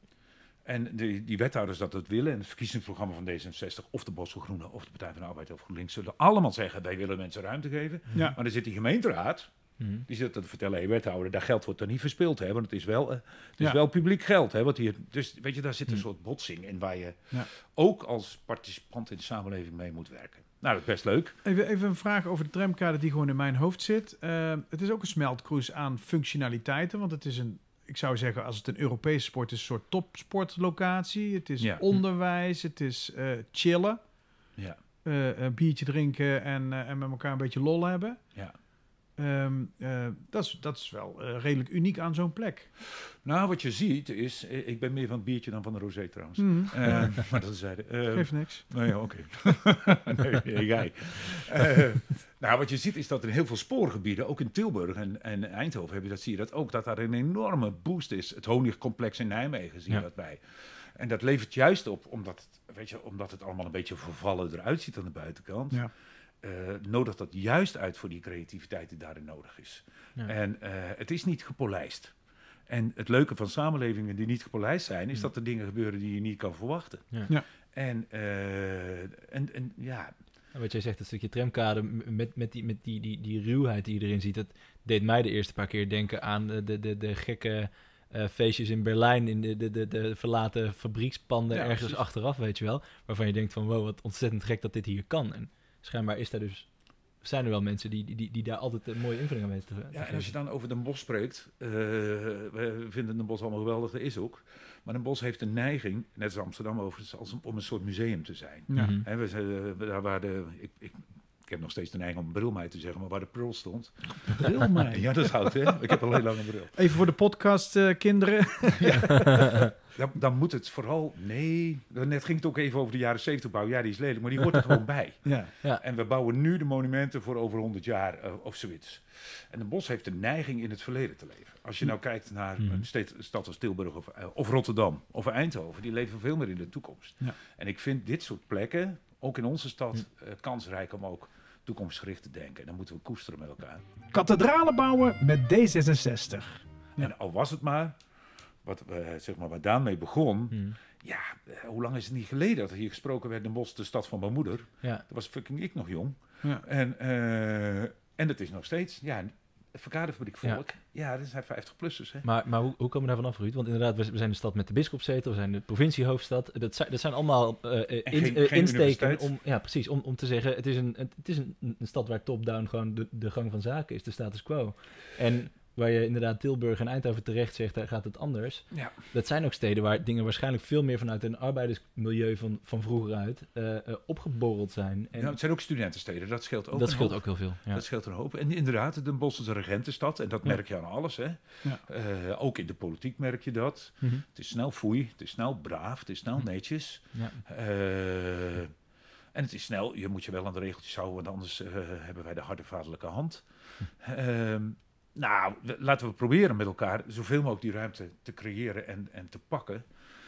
En die, die wethouders dat het willen, en het verkiezingsprogramma van D zesenzestig, of de Bosse Groenen, of de Partij van de Arbeid of GroenLinks, zullen allemaal zeggen, wij willen mensen ruimte geven. Ja. Maar dan zit die gemeenteraad, Mhm. die zit te vertellen, hé hey, wethouder, dat geld wordt er niet verspild, hè, want het is wel, uh, het is Ja. wel publiek geld. Hè, wat hier, dus weet je, daar zit een Hm. soort botsing in waar je Ja. ook als participant in de samenleving mee moet werken. Nou, dat is best leuk. Even, even een vraag over de tramkade die gewoon in mijn hoofd zit. Uh, het is ook een smeltkroes aan functionaliteiten, want het is een, ik zou zeggen, als het een Europese sport is, een soort topsportlocatie. Het is Ja. onderwijs, het is uh, chillen, Ja, uh, een biertje drinken en, uh, en met elkaar een beetje lol hebben. ja. Um, uh, dat, is, dat is wel uh, redelijk uniek aan zo'n plek. Nou, wat je ziet is, eh, ik ben meer van het biertje dan van de rosé trouwens. Mm. Uh, maar dat zeiden. Uh, Geeft niks. Nee, oké. nee, nee, jij. Uh, nou, wat je ziet is dat in heel veel spoorgebieden, ook in Tilburg en, en Eindhoven, heb je dat, zie je dat ook, dat daar een enorme boost is. Het honingcomplex in Nijmegen zie je Ja. dat bij. En dat levert juist op, omdat het, weet je, omdat het allemaal een beetje vervallen eruit ziet aan de buitenkant. Ja. uh, nodigt dat juist uit voor die creativiteit die daarin nodig is. Ja. En uh, het is niet gepolijst. En het leuke van samenlevingen die niet gepolijst zijn, is ja. dat er dingen gebeuren die je niet kan verwachten. Ja. Ja. En, uh, en, en ja... Wat jij zegt, dat stukje tramkade met, met, die, met die, die, die ruwheid die je erin ziet, dat deed mij de eerste paar keer denken aan de, de, de, de gekke uh, feestjes in Berlijn, in de, de, de, de verlaten fabriekspanden ja, ergens precies. achteraf, weet je wel. Waarvan je denkt van, wow, wat ontzettend gek dat dit hier kan. En schijnbaar is daar dus... zijn er wel mensen die, die, die daar altijd een mooie invulling aan weten te Ja, en als je dan over Den Bosch spreekt, uh, we vinden Den Bosch allemaal geweldig, dat is ook. Maar Den Bosch heeft een neiging, net als Amsterdam overigens, als om een soort museum te zijn. Ja. Mm-hmm. He, we, we, daar waar de, ik, ik, ik heb nog steeds de neiging om Brilmeij te zeggen, maar waar de Prul stond. Brilmeij? Ja, dat is oud, hè? Ik heb al heel lang een bril. Even voor de podcast, uh, kinderen. Ja. Dan, dan moet het vooral... Nee, net ging het ook even over de jaren zeventig bouw. Ja, die is lelijk, maar die hoort er gewoon bij. Ja. Ja. En we bouwen nu de monumenten voor over honderd jaar uh, of zoiets. En Den Bosch heeft de neiging in het verleden te leven. Als je nou kijkt naar mm. een stad, stad als Tilburg of, uh, of Rotterdam of Eindhoven, die leven veel meer in de toekomst. Ja. En ik vind dit soort plekken, ook in onze stad, uh, kansrijk om ook toekomstgericht te denken. En dan moeten we koesteren met elkaar. Kathedralen bouwen met D zesenzestig. Ja. En al was het maar... Wat, uh, zeg maar, wat daarmee begon, hmm. ja, uh, hoe lang is het niet geleden dat er hier gesproken werd in Den Bosch, de stad van mijn moeder. Ja. Dat was fucking ik nog jong. Ja. En, uh, en dat is nog steeds, ja, verkaderfabriek volk. Ja, ja, dat zijn vijftig-plussers. Hè. Maar, maar hoe, hoe komen we daar vanaf, Ruud? Want inderdaad, we, we zijn de stad met de bisschopszetel, we zijn de provinciehoofdstad. Dat zijn, dat zijn allemaal uh, in, geen, uh, geen insteken om, ja, precies, om, om te zeggen, het is een, het is een, een stad waar top-down gewoon de, de gang van zaken is, de status quo. En waar je inderdaad Tilburg en Eindhoven terecht zegt, daar gaat het anders. Ja. Dat zijn ook steden waar dingen waarschijnlijk veel meer vanuit een arbeidersmilieu van, van vroeger uit uh, uh, opgeborreld zijn. En ja, het zijn ook studentensteden, dat scheelt ook Dat scheelt hoop. ook heel veel. Ja. Dat scheelt een hoop. En inderdaad, Den Bosch is een regentenstad en dat ja. merk je aan alles. Hè. Ja. Uh, ook in de politiek merk je dat. Mm-hmm. Het is snel foei, het is snel braaf, het is snel netjes. Ja. Uh, en het is snel, je moet je wel aan de regeltjes houden, want anders uh, hebben wij de harde vaderlijke hand. Uh, Nou, laten we proberen met elkaar zoveel mogelijk die ruimte te creëren en, en te pakken.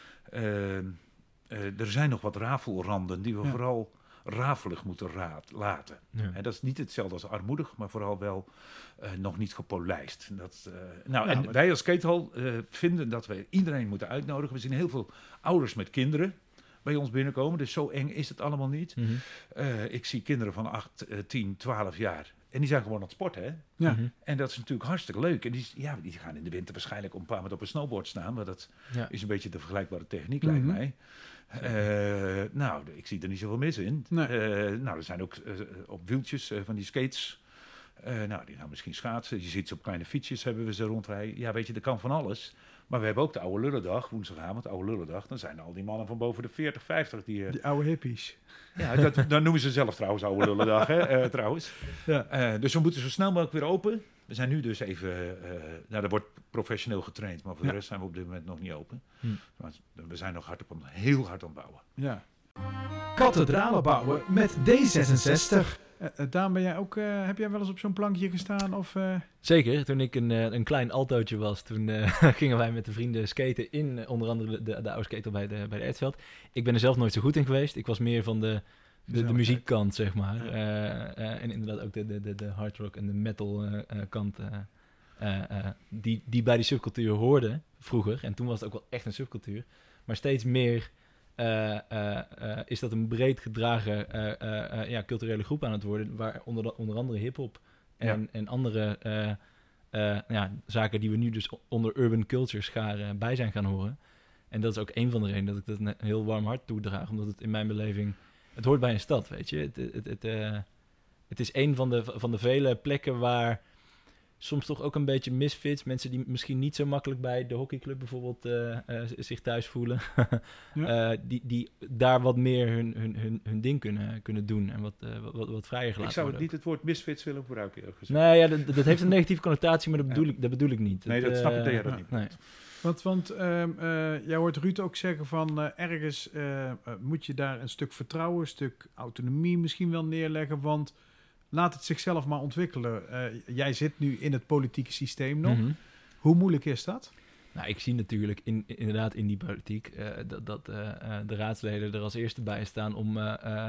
Uh, uh, er zijn nog wat rafelranden die we ja. vooral rafelig moeten raad, laten. Ja. En dat is niet hetzelfde als armoedig, maar vooral wel uh, nog niet gepolijst. Dat, uh, nou, ja, en maar... wij als Keethal uh, vinden dat we iedereen moeten uitnodigen. We zien heel veel ouders met kinderen bij ons binnenkomen, dus zo eng is het allemaal niet. Mm-hmm. Uh, ik zie kinderen van acht, tien, twaalf jaar... En die zijn gewoon aan het sporten, hè? Ja. Mm-hmm. En dat is natuurlijk hartstikke leuk. En die, ja, die gaan in de winter waarschijnlijk op een paar moment op een snowboard staan. Maar dat ja. is een beetje de vergelijkbare techniek, mm-hmm. lijkt mij. Uh, nou, ik zie er niet zoveel mis in. Nee. Uh, nou, er zijn ook uh, op wieltjes uh, van die skates. Uh, nou, die gaan misschien schaatsen. Je ziet ze op kleine fietsjes, hebben we ze rondrijden. Ja, weet je, dat kan van alles. Maar we hebben ook de oude lullendag, woensdagavond, oude lullendag. Dan zijn al die mannen van boven de veertig, vijftig die... Uh, die oude hippies. Ja, dat, dat noemen ze zelf trouwens oude lullendag, hè, uh, trouwens. Ja. Uh, dus we moeten zo snel mogelijk weer open. We zijn nu dus even... Uh, nou, er wordt professioneel getraind, maar voor ja. de rest zijn we op dit moment nog niet open. Hm. Maar we zijn nog hard op, heel hard aan het bouwen. Ja. Kathedralen bouwen met D zesenzestig. Uh, uh, Daan, ben jij ook, uh, heb jij wel eens op zo'n plankje gestaan? Of, uh... Zeker, toen ik een, uh, een klein altootje was, toen uh, gingen wij met de vrienden skaten in uh, onder andere de, de, de oude skater bij de, bij de Ertsveld. Ik ben er zelf nooit zo goed in geweest. Ik was meer van de, de, de muziekkant, zeg maar. Ja. Uh, uh, en inderdaad ook de, de, de, de hard rock en de metal uh, uh, kant uh, uh, uh, die, die bij die subcultuur hoorde vroeger. En toen was het ook wel echt een subcultuur. Maar steeds meer... Uh, uh, uh, is dat een breed gedragen uh, uh, uh, ja, culturele groep aan het worden, waar onder, onder andere hiphop en, ja. en andere uh, uh, ja, zaken die we nu dus onder urban culture scharen bij zijn gaan horen. En dat is ook een van de redenen dat ik dat een heel warm hart toedraag, omdat het in mijn beleving, het hoort bij een stad, weet je. Het, het, het, uh, het is een van de, van de vele plekken waar soms toch ook een beetje misfits. Mensen die misschien niet zo makkelijk bij de hockeyclub bijvoorbeeld uh, uh, zich thuis voelen. ja. uh, die, die daar wat meer hun, hun, hun, hun ding kunnen, kunnen doen. En wat, uh, wat, wat vrijer gelaten Ik zou worden niet ook. Het woord misfits willen gebruiken. Nee, ja, dat, dat heeft een negatieve connotatie, maar dat bedoel, ja. ik, dat bedoel ik niet. Nee, het, dat snap ik uh, ja, dat niet. Nee. Want, want uh, uh, jij hoort Ruud ook zeggen van uh, ergens uh, uh, moet je daar een stuk vertrouwen, een stuk autonomie misschien wel neerleggen, want laat het zichzelf maar ontwikkelen. Uh, jij zit nu in het politieke systeem nog. Mm-hmm. Hoe moeilijk is dat? Nou, ik zie natuurlijk in, inderdaad in die politiek uh, dat, dat uh, uh, de raadsleden er als eerste bij staan om, uh, uh,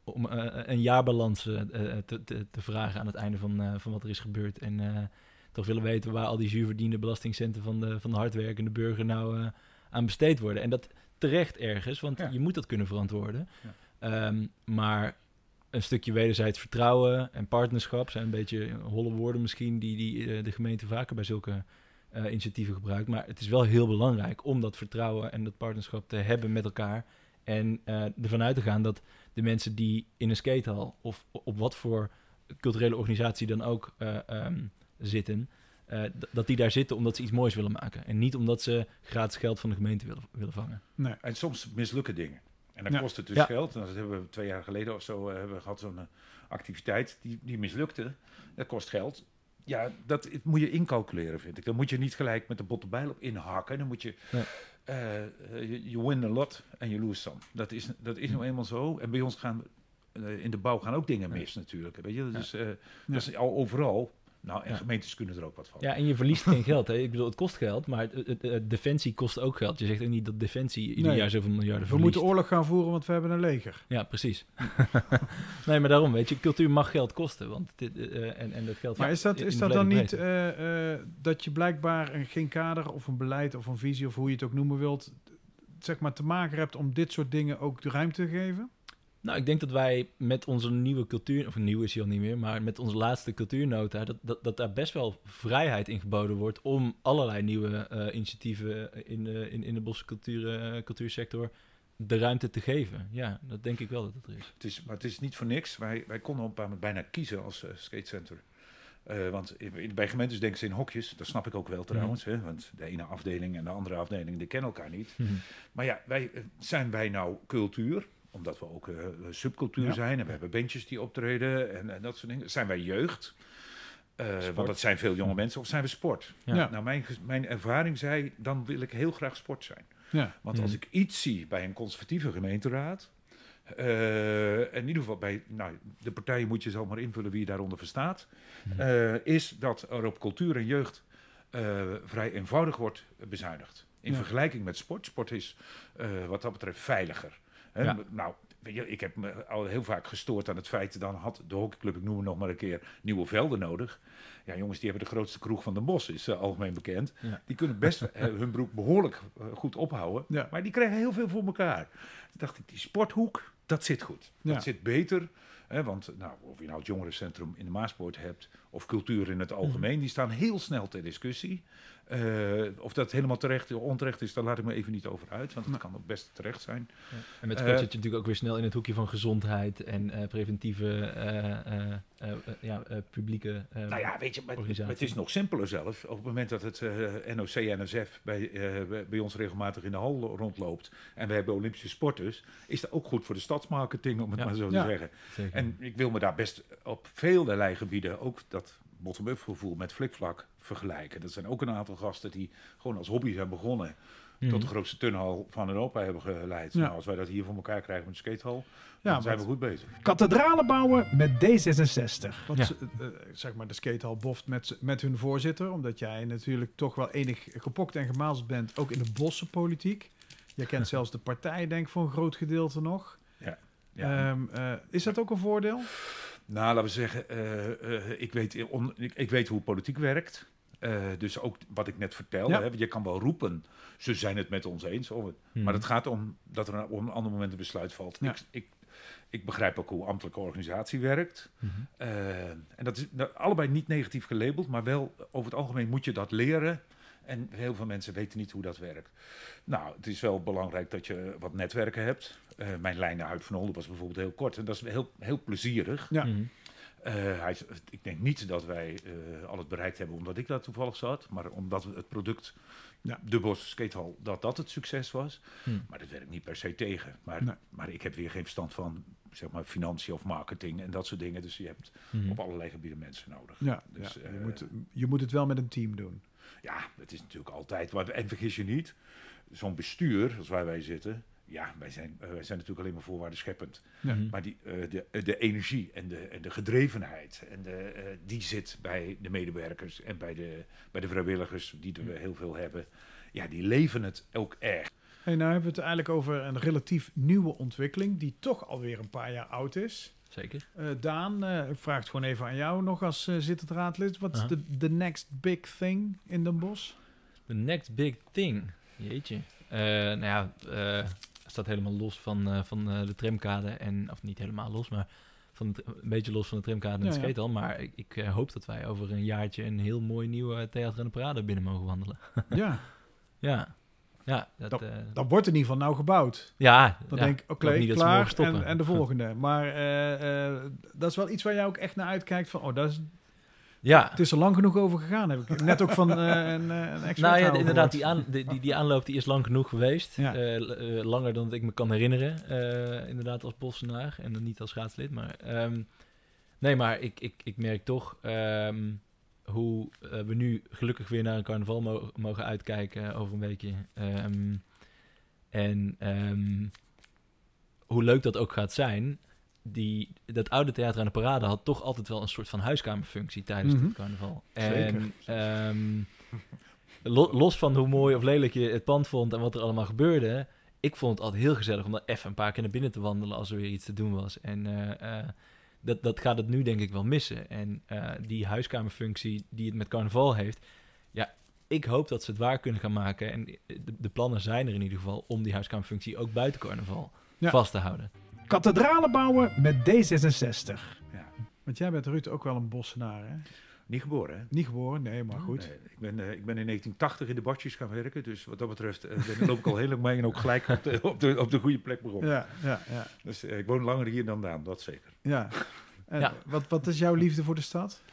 om uh, een jaarbalans uh, te, te, te vragen aan het einde van, uh, van wat er is gebeurd. En uh, toch willen weten waar al die zuurverdiende belastingcenten van de, van de hardwerkende burger nou uh, aan besteed worden. En dat terecht ergens, want ja. je moet dat kunnen verantwoorden. Ja. Um, maar een stukje wederzijds vertrouwen en partnerschap zijn een beetje holle woorden misschien die, die uh, de gemeente vaker bij zulke uh, initiatieven gebruikt. Maar het is wel heel belangrijk om dat vertrouwen en dat partnerschap te hebben met elkaar. En uh, ervan uit te gaan dat de mensen die in een skatehal of op wat voor culturele organisatie dan ook uh, um, zitten, uh, d- dat die daar zitten omdat ze iets moois willen maken. En niet omdat ze gratis geld van de gemeente willen, willen vangen. Nee. En soms mislukken dingen. En dan ja. kost het dus ja. geld. En dat hebben we twee jaar geleden of zo uh, hebben we gehad zo'n uh, activiteit die, die mislukte. Dat kost geld. Ja, dat het moet je incalculeren, vind ik. Dan moet je niet gelijk met de botte bijl op inhakken. Dan moet je... Nee. Uh, you win a lot and you lose some. Dat is, dat is nou eenmaal zo. En bij ons gaan uh, in de bouw gaan ook dingen mis ja. natuurlijk. Weet je? Dus, uh, ja. Dat is al overal. Nou, en ja. gemeentes kunnen er ook wat van. Ja, en je verliest geen geld. Hè? Ik bedoel, het kost geld, maar het, het, het, defensie kost ook geld. Je zegt ook niet dat defensie ieder nee. jaar zoveel miljarden we verliest. We moeten oorlog gaan voeren, want we hebben een leger. Ja, precies. Nee, maar daarom, weet je, cultuur mag geld kosten. Want dit, uh, en, en dat geld maar is dat, is dat dan niet uh, uh, dat je blijkbaar een, geen kader of een beleid of een visie of hoe je het ook noemen wilt, zeg maar te maken hebt om dit soort dingen ook de ruimte te geven? Nou, ik denk dat wij met onze nieuwe cultuur, of nieuw is hij al niet meer, maar met onze laatste cultuurnota, dat, dat, dat daar best wel vrijheid in geboden wordt om allerlei nieuwe uh, initiatieven in, uh, in, in de Bosse cultuur, uh, cultuursector de ruimte te geven. Ja, dat denk ik wel dat het er is. Het is maar het is niet voor niks. Wij, wij konden op een paar moment bijna kiezen als uh, skatecenter. Uh, want in, bij gemeentes denken ze in hokjes. Dat snap ik ook wel trouwens. Mm-hmm. Hè, want de ene afdeling en de andere afdeling, die kennen elkaar niet. Mm-hmm. Maar ja, wij, zijn wij nou cultuur? Omdat we ook uh, subcultuur ja. zijn en we hebben bandjes die optreden en, en dat soort dingen. Zijn wij jeugd? Uh, want dat zijn veel jonge mensen. Of zijn we sport? Ja. Ja. Nou, mijn, mijn ervaring zei, dan wil ik heel graag sport zijn. Ja. Want mm. als ik iets zie bij een conservatieve gemeenteraad, uh, in ieder geval bij nou, de partijen moet je zelf maar invullen wie je daaronder verstaat, mm. uh, is dat er op cultuur en jeugd uh, vrij eenvoudig wordt bezuinigd. In ja. vergelijking met sport. Sport is uh, wat dat betreft veiliger. He, ja. Nou, weet je, ik heb me al heel vaak gestoord aan het feit, dan had de hockeyclub, ik noem het nog maar een keer, nieuwe velden nodig. Ja, jongens, die hebben de grootste kroeg van Den Bosch, is uh, algemeen bekend. Ja. Die kunnen best uh, hun broek behoorlijk uh, goed ophouden, ja. maar die krijgen heel veel voor elkaar. Toen dacht ik, die sporthoek, dat zit goed. Ja. Dat zit beter. Hè, want nou, of je nou het jongerencentrum in de Maaspoort hebt, of cultuur in het algemeen, mm. die staan heel snel ter discussie. Uh, of dat helemaal terecht of onterecht is, daar laat ik me even niet over uit. Want het kan ook best terecht zijn. Ja. En met sport uh, zit je natuurlijk ook weer snel in het hoekje van gezondheid en uh, preventieve uh, uh, uh, uh, ja, uh, publieke uh, nou ja, weet je, maar, maar het is nog simpeler zelf. Op het moment dat het uh, N O C N S F bij, uh, bij ons regelmatig in de hal rondloopt en we hebben Olympische sporters, is dat ook goed voor de stadsmarketing, om het ja. maar zo te ja. zeggen. Zeker. En ik wil me daar best op velerlei gebieden ook dat bottom-up gevoel met flikvlak vergelijken. Dat zijn ook een aantal gasten die gewoon als hobby zijn begonnen. Mm-hmm. Tot de grootste turnhal van Europa hebben geleid. Ja. Nou, als wij dat hier voor elkaar krijgen met de skatehal, ja, dan zijn we goed bezig. Kathedralen bouwen met D zesenzestig. Want ja. uh, zeg maar de skatehal boft met, met hun voorzitter. Omdat jij natuurlijk toch wel enig gepokt en gemazeld bent. Ook in de Bosse politiek. Jij kent zelfs de partij, denk ik, voor een groot gedeelte nog. Ja. Ja. Um, uh, is dat ook een voordeel? Nou, laten we zeggen, uh, uh, ik, weet, on, ik, ik weet hoe politiek werkt. Uh, dus ook wat ik net vertelde. Ja. Hè, je kan wel roepen, ze zijn het met ons eens. Of het, hmm. Maar het gaat om dat er op een ander moment een besluit valt. Ja. Ik, ik, ik begrijp ook hoe ambtelijke organisatie werkt. Mm-hmm. Uh, en dat is dat, allebei niet negatief gelabeld, maar wel over het algemeen moet je dat leren. En heel veel mensen weten niet hoe dat werkt. Nou, het is wel belangrijk dat je wat netwerken hebt. Uh, mijn lijn naar Huid van Olden was bijvoorbeeld heel kort. En dat is heel, heel plezierig. Ja. Mm-hmm. Uh, hij, ik denk niet dat wij uh, alles bereikt hebben omdat ik daar toevallig zat. Maar omdat het product, ja. de Bosse Skatehal, dat dat het succes was. Mm. Maar dat werkt niet per se tegen. Maar, nee. maar ik heb weer geen verstand van zeg maar, financiën of marketing en dat soort dingen. Dus je hebt mm-hmm. op allerlei gebieden mensen nodig. Ja, dus, ja. Uh, je, moet, je moet het wel met een team doen. Ja, het is natuurlijk altijd. Maar, en vergis je niet, zo'n bestuur, als waar wij zitten, ja, wij zijn, uh, wij zijn natuurlijk alleen maar voorwaarden scheppend. Ja. Maar die, uh, de, de energie en de, en de gedrevenheid, en de, uh, die zit bij de medewerkers en bij de, bij de vrijwilligers, die er heel veel hebben. Ja, die leven het ook echt. Hey, nou hebben we het eigenlijk over een relatief nieuwe ontwikkeling die toch alweer een paar jaar oud is. Zeker. Uh, Daan, uh, ik vraag het gewoon even aan jou nog als uh, zittend raadlid. Wat is Uh-huh. de the next big thing in Den Bosch? The next big thing. Jeetje. Uh, nou ja, uh, staat helemaal los van, uh, van uh, de tramkade. En, of niet helemaal los, maar van het, een beetje los van de tramkade en Ja, het ja. skateal. Maar ik, ik uh, hoop dat wij over een jaartje een heel mooi nieuw uh, theater en de parade binnen mogen wandelen. Ja, Ja. Ja, dat, Dat- uh, dat wordt in ieder geval nou gebouwd. ja, Dan ja, denk ik, oké, hoop niet dat ze mogen klaar stoppen. en, en de volgende. Maar uh, uh, dat is wel iets waar jij ook echt naar uitkijkt van, oh, dat is, Ja, het is er lang genoeg over gegaan. Heb ik net ook van uh, een, uh, een expert nou ja, gehoord. inderdaad, die, aan, die, die, die aanloop die is lang genoeg geweest. Ja. Uh, l- uh, langer dan dat ik me kan herinneren, uh, inderdaad als Bossenaar en dan niet als raadslid. Maar, um, nee, maar ik, ik, ik merk toch um, hoe uh, we nu gelukkig weer naar een carnaval mo- mogen uitkijken over een weekje. Um, en um, hoe leuk dat ook gaat zijn. Die, dat oude theater aan de parade had toch altijd wel een soort van huiskamerfunctie tijdens Mhm. het carnaval. Zeker. En um, lo- los van hoe mooi of lelijk je het pand vond en wat er allemaal gebeurde, ik vond het altijd heel gezellig om dan even een paar keer naar binnen te wandelen als er weer iets te doen was. En uh, uh, dat, dat gaat het nu denk ik wel missen. En uh, die huiskamerfunctie die het met carnaval heeft, ja, ik hoop dat ze het waar kunnen gaan maken. En de, de plannen zijn er in ieder geval om die huiskamerfunctie ook buiten carnaval Ja. vast te houden. Kathedralen bouwen met D zesenzestig. Ja. Want jij bent, Ruud, ook wel een Bossenaar, hè? Niet geboren, hè? Niet geboren, nee, maar goed. Nee, ik, ben, uh, ik ben in negentien tachtig in de badjes gaan werken. Dus wat dat betreft uh, ben, loop ik al heel lang mee en ook gelijk op de, op de, op de goede plek begonnen. Ja, ja, ja. Dus uh, ik woon langer hier dan Daan, dat zeker. ja. En Ja. Wat, wat is jouw liefde voor de stad?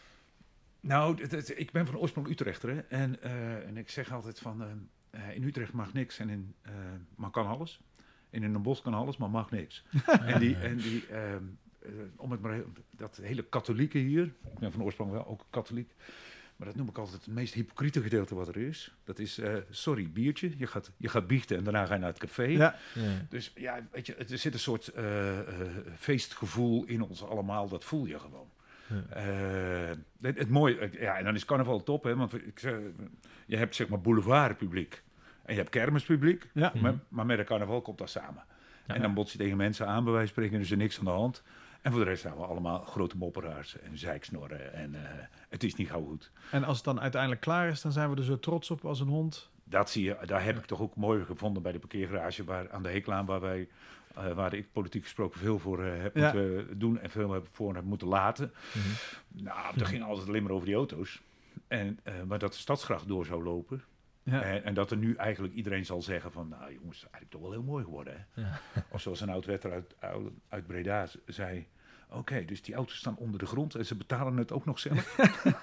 Nou, het, het, ik ben van oorsprong Utrechter. Hè? En, uh, en ik zeg altijd van, uh, uh, in Utrecht mag niks en in, uh, maar kan alles. En in een bos kan alles, maar mag niks. en die, en die uh, uh, om het maar heel- dat hele katholieke hier, ik ben van oorsprong wel ook katholiek, maar dat noem ik altijd het meest hypocriete gedeelte wat er is. Dat is, uh, sorry, biertje, je gaat, je gaat biechten en daarna ga je naar het café. Ja, Ja. Dus ja, weet je, er zit een soort uh, uh, feestgevoel in ons allemaal, dat voel je gewoon. Ja. Uh, het, het mooie, ja, en dan is carnaval top, hè, want ik zeg, je hebt zeg maar boulevardpubliek en je hebt kermispubliek, ja. Mhm. maar, maar met een carnaval komt dat samen. Ja. En dan bots je tegen mensen aan, bij wijze van spreken, dus er niks aan de hand. En voor de rest zijn we allemaal grote mopperaars en zeiksnorren en uh, het is niet gauw goed. En als het dan uiteindelijk klaar is, dan zijn we er zo trots op als een hond. Dat zie je, daar heb ik toch ook mooi gevonden bij de parkeergarage waar, aan de Heeklaan, waar wij, uh, waar ik politiek gesproken veel voor uh, heb Ja. moeten doen en veel heb voor heb moeten laten. Mhm. Nou, dat ging altijd alleen maar over die auto's. En, uh, maar dat de stadsgracht door zou lopen. Ja. En, en dat er nu eigenlijk iedereen zal zeggen van, nou jongens, eigenlijk toch wel heel mooi geworden. Hè? Ja. Of zoals een oud-wetter uit, uit, uit Breda z- zei, oké, okay, dus die auto's staan onder de grond en ze betalen het ook nog zelf.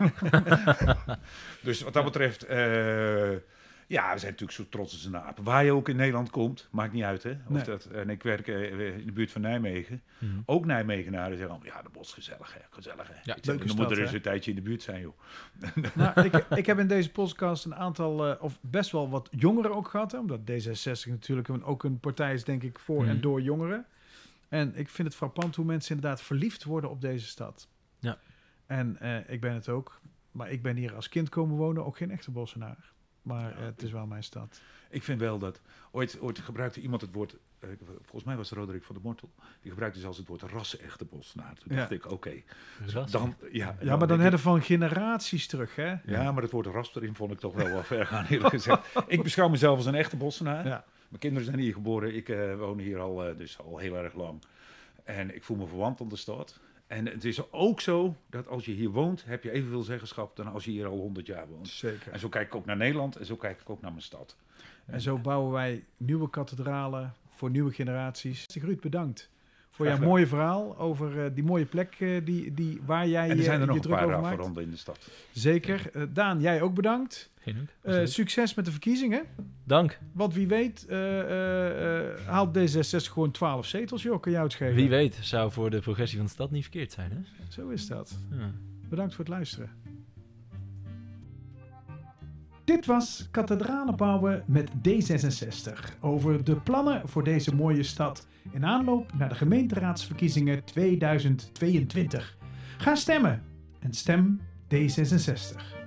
Dus wat dat betreft, uh, ja, we zijn natuurlijk zo trots als een aap. Waar je ook in Nederland komt, maakt niet uit, hè. Of Nee. dat, en ik werk uh, in de buurt van Nijmegen. Mhm. Ook Nijmegenaren zeggen, allemaal, ja, de bos gezellig, hè, gezellig, hè. Ja, Ik zeg, leuke dan stad, moet er eens hè? een tijdje in de buurt zijn, joh. Nou, ik, ik heb in deze podcast een aantal, uh, of best wel wat jongeren ook gehad. Hè, omdat D zesenzestig natuurlijk een, ook een partij is, denk ik, voor Mhm. en door jongeren. En ik vind het frappant hoe mensen inderdaad verliefd worden op deze stad. Ja. En uh, ik ben het ook. Maar ik ben hier als kind komen wonen, ook geen echte Bossenaar. Maar uh, het is wel mijn stad. Ik vind wel dat, ooit, ooit gebruikte iemand het woord, uh, volgens mij was het Roderick van der Mortel, die gebruikte zelfs het woord rassen-echte Bossenaar. Toen Ja. dacht ik, oké, okay, Ras. dan, ja. Ja, maar dan denk hebben van generaties terug, hè? ik- Ja, maar het woord ras erin vond ik toch wel wel ver gaan, eerlijk gezegd. Ik beschouw mezelf als een echte Bossenaar. Ja. Mijn kinderen zijn hier geboren, ik uh, woon hier al, uh, dus al heel erg lang. En ik voel me verwant aan de stad. En het is ook zo dat als je hier woont, heb je evenveel zeggenschap dan als je hier al honderd jaar woont. Zeker. En zo kijk ik ook naar Nederland en zo kijk ik ook naar mijn stad. En zo bouwen wij nieuwe kathedralen voor nieuwe generaties. Ruud, bedankt voor Graag jouw gedaan. mooie verhaal over uh, die mooie plek uh, die, die, waar jij En er zijn er uh, nog je een druk paar over maakt. rafferanden in de stad. Zeker. Uh, Daan, jij ook bedankt. Geen dank. Uh, Zeker. succes met de verkiezingen. Dank. Want wie weet uh, uh, uh, haalt D zesenzestig gewoon twaalf zetels, joh. Kan jou het geven? Wie weet zou voor de progressie van de stad niet verkeerd zijn, hè? Zo is dat. Ja. Bedankt voor het luisteren. Dit was Kathedralen bouwen met D zesenzestig over de plannen voor deze mooie stad in aanloop naar de gemeenteraadsverkiezingen tweeduizend tweeëntwintig. Ga stemmen en stem D zesenzestig.